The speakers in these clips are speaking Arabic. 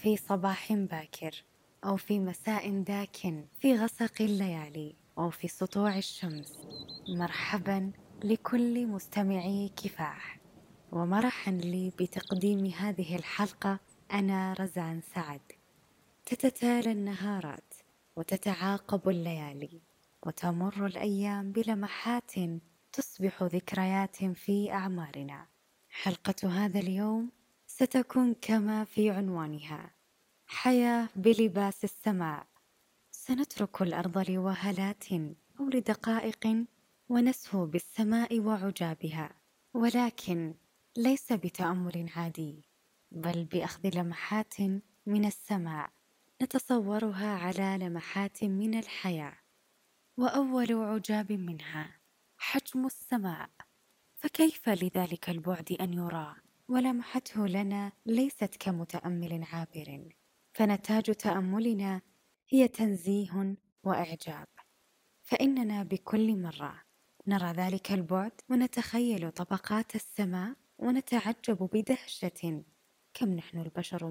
في صباح باكر أو في مساء داكن، في غسق الليالي أو في سطوع الشمس، مرحبا لكل مستمعي كفاح، ومرحا لي بتقديم هذه الحلقة. أنا رزان سعد. تتتالى النهارات وتتعاقب الليالي وتمر الأيام بلمحات تصبح ذكريات في أعمارنا. حلقة هذا اليوم ستكون كما في عنوانها: حياة بلباس السماء. سنترك الأرض لوهلات أو لدقائق ونسهو بالسماء وعجابها، ولكن ليس بتأمل عادي، بل بأخذ لمحات من السماء نتصورها على لمحات من الحياة. وأول عجاب منها حجم السماء، فكيف لذلك البعد أن يرى؟ ولمحته لنا ليست كمتأمل عابر، فنتاج تأملنا هي تنزيه وإعجاب، فإننا بكل مرة نرى ذلك البعد ونتخيل طبقات السماء ونتعجب بدهشة كم نحن البشر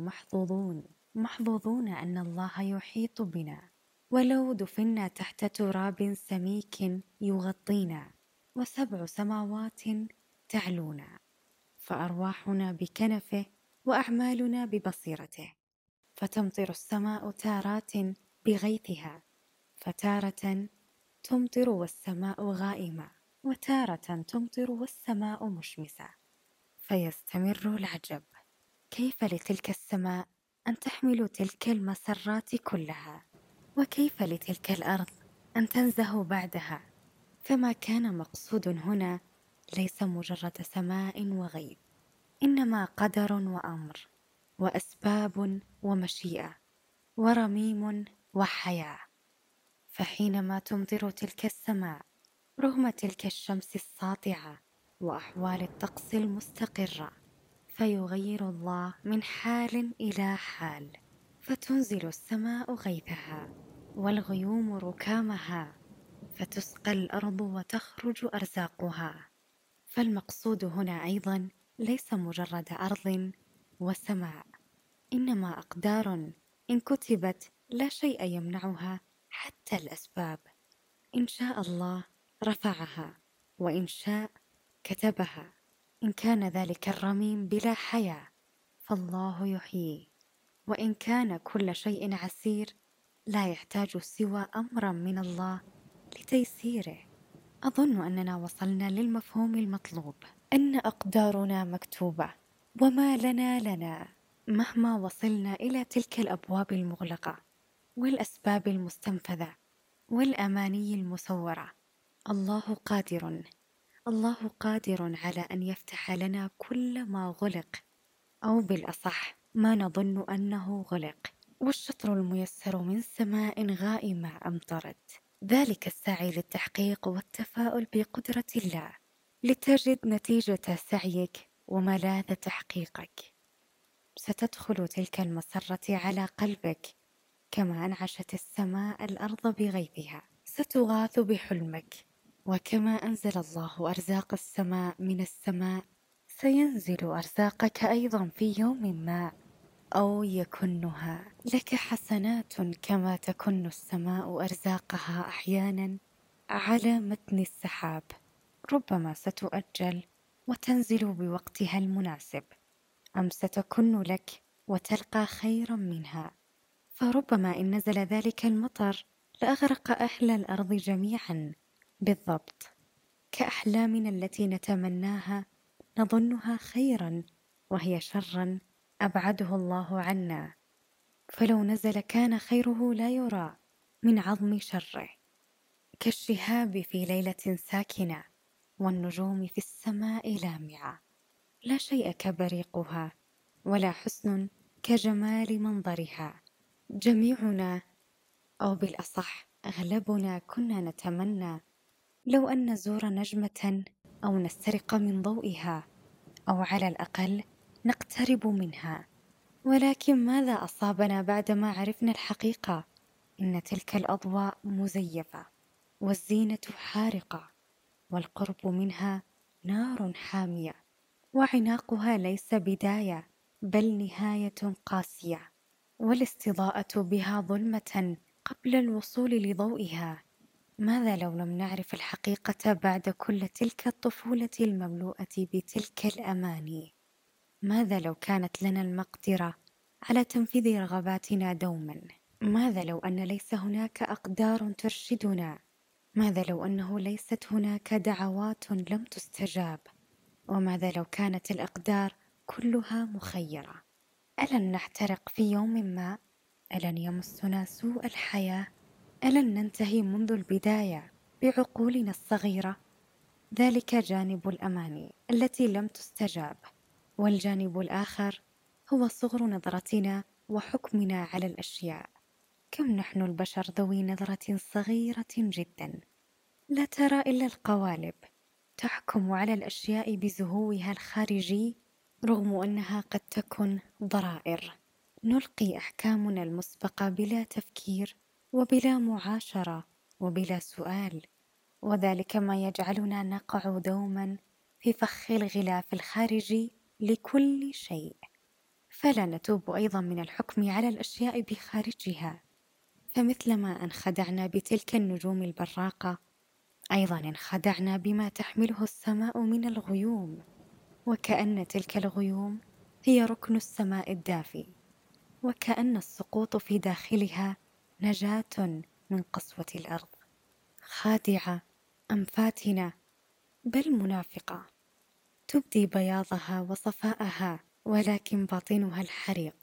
محظوظون أن الله يحيط بنا، ولو دفنا تحت تراب سميك يغطينا وسبع سماوات تعلونا، فأرواحنا بكنفه وأعمالنا ببصيرته. فتمطر السماء تارات بغيثها، فتارة تمطر والسماء غائمة، وتارة تمطر والسماء مشمسة. فيستمر العجب، كيف لتلك السماء أن تحمل تلك المسرات كلها؟ وكيف لتلك الأرض أن تنزه بعدها؟ فما كان مقصود هنا ليس مجرد سماء وغيث، إنما قدر وأمر وأسباب ومشيئة ورميم وحياة. فحينما تمطر تلك السماء رغم تلك الشمس الساطعة وأحوال الطقس المستقرة، فيغير الله من حال إلى حال، فتنزل السماء غيثها والغيوم ركامها، فتسقى الأرض وتخرج أرزاقها. فالمقصود هنا أيضا ليس مجرد أرض وسماء، إنما أقدار إن كتبت لا شيء يمنعها، حتى الأسباب. إن شاء الله رفعها، وإن شاء كتبها. إن كان ذلك الرميم بلا حياة فالله يحييه، وإن كان كل شيء عسير لا يحتاج سوى أمرا من الله لتيسيره. أظن أننا وصلنا للمفهوم المطلوب، أن أقدارنا مكتوبة، وما لنا مهما وصلنا إلى تلك الأبواب المغلقة والأسباب المستنفذة والأماني المسورة. الله قادر على أن يفتح لنا كل ما غلق، أو بالأصح ما نظن أنه غلق. والشطر الميسر من سماء غائمة أمطرت، ذلك السعي للتحقيق والتفاؤل بقدرة الله، لتجد نتيجة سعيك وملاذ تحقيقك. ستدخل تلك المسرة على قلبك كما أنعشت السماء الأرض بغيثها، ستغاث بحلمك، وكما أنزل الله أرزاق السماء من السماء سينزل أرزاقك أيضا في يوم ما، أو يكنها لك حسنات كما تكن السماء أرزاقها أحيانا على متن السحاب، ربما ستؤجل وتنزل بوقتها المناسب، أم ستكن لك وتلقى خيرا منها. فربما إن نزل ذلك المطر لأغرق أهل الأرض جميعا، بالضبط كأحلامنا التي نتمناها نظنها خيرا وهي شرا أبعده الله عنا. فلو نزل كان خيره لا يرى من عظم شره، كالشهاب في ليلة ساكنة والنجوم في السماء لامعة، لا شيء كبريقها ولا حسن كجمال منظرها. جميعنا، أو بالأصح أغلبنا، كنا نتمنى لو أن نزور نجمة أو نسترق من ضوئها، أو على الأقل نقترب منها. ولكن ماذا أصابنا بعدما عرفنا الحقيقة؟ إن تلك الأضواء مزيفة، والزينة حارقة، والقرب منها نار حامية، وعناقها ليس بداية بل نهاية قاسية. والاستضاءة بها ظلمة قبل الوصول لضوئها. ماذا لو لم نعرف الحقيقة بعد كل تلك الطفولة المملوءة بتلك الأماني؟ ماذا لو كانت لنا المقدرة على تنفيذ رغباتنا دوما؟ ماذا لو أن ليس هناك أقدار ترشدنا؟ ماذا لو أنه ليست هناك دعوات لم تستجاب؟ وماذا لو كانت الأقدار كلها مخيرة؟ ألن نحترق في يوم ما؟ ألن يمسنا سوء الحياة؟ ألن ننتهي منذ البداية بعقولنا الصغيرة؟ ذلك جانب الأماني التي لم تستجاب، والجانب الآخر هو صغر نظرتنا وحكمنا على الأشياء. كم نحن البشر ذوي نظرة صغيرة جدا، لا ترى إلا القوالب، تحكم على الأشياء بزهوها الخارجي رغم أنها قد تكن ضرائر. نلقي أحكامنا المسبقة بلا تفكير وبلا معاشرة وبلا سؤال، وذلك ما يجعلنا نقع دوما في فخ الغلاف الخارجي لكل شيء، فلا نتوب أيضا من الحكم على الأشياء بخارجها. فمثلما انخدعنا بتلك النجوم البراقة، أيضا انخدعنا بما تحمله السماء من الغيوم، وكأن تلك الغيوم هي ركن السماء الدافي، وكأن السقوط في داخلها نجاة من قسوة الأرض. خادعة أم فاتنة، بل منافقة، تبدي بياضها وصفاءها ولكن باطنها الحريق،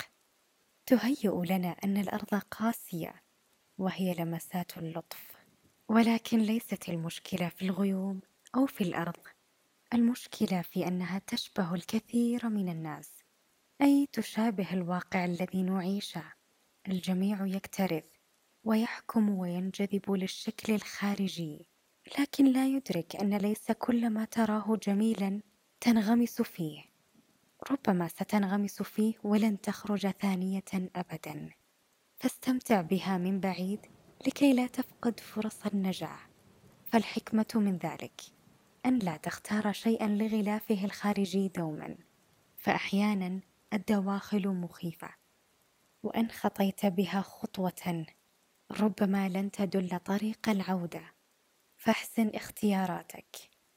تهيئ لنا أن الأرض قاسية وهي لمسات اللطف. ولكن ليست المشكلة في الغيوم أو في الأرض، المشكلة في أنها تشبه الكثير من الناس، أي تشابه الواقع الذي نعيشه. الجميع يكترث ويحكم وينجذب للشكل الخارجي، لكن لا يدرك أن ليس كل ما تراه جميلا تنغمس فيه. ربما ستنغمس فيه ولن تخرج ثانية أبدا، فاستمتع بها من بعيد لكي لا تفقد فرص النجاح. فالحكمة من ذلك أن لا تختار شيئا لغلافه الخارجي دوما، فأحيانا الدواخل مخيفة، وإن خطيت بها خطوة ربما لن تدل طريق العودة. فاحسن اختياراتك.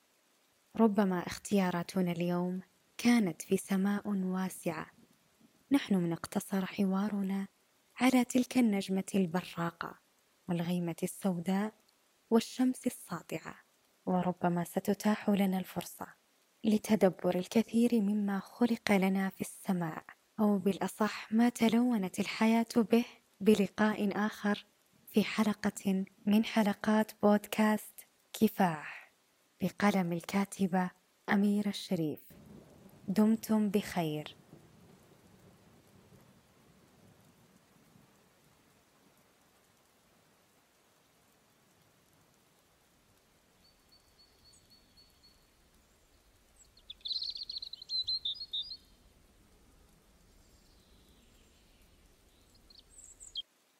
ربما اختياراتنا اليوم كانت في سماء واسعة، نحن من اقتصر حوارنا على تلك النجمة البراقة والغيمة السوداء والشمس الساطعة، وربما ستتاح لنا الفرصة لتدبر الكثير مما خلق لنا في السماء، أو بالأصح ما تلونت الحياة به. بلقاء آخر في حلقة من حلقات بودكاست كفاح، بقلم الكاتبة أميرة الشريف. دمتم بخير.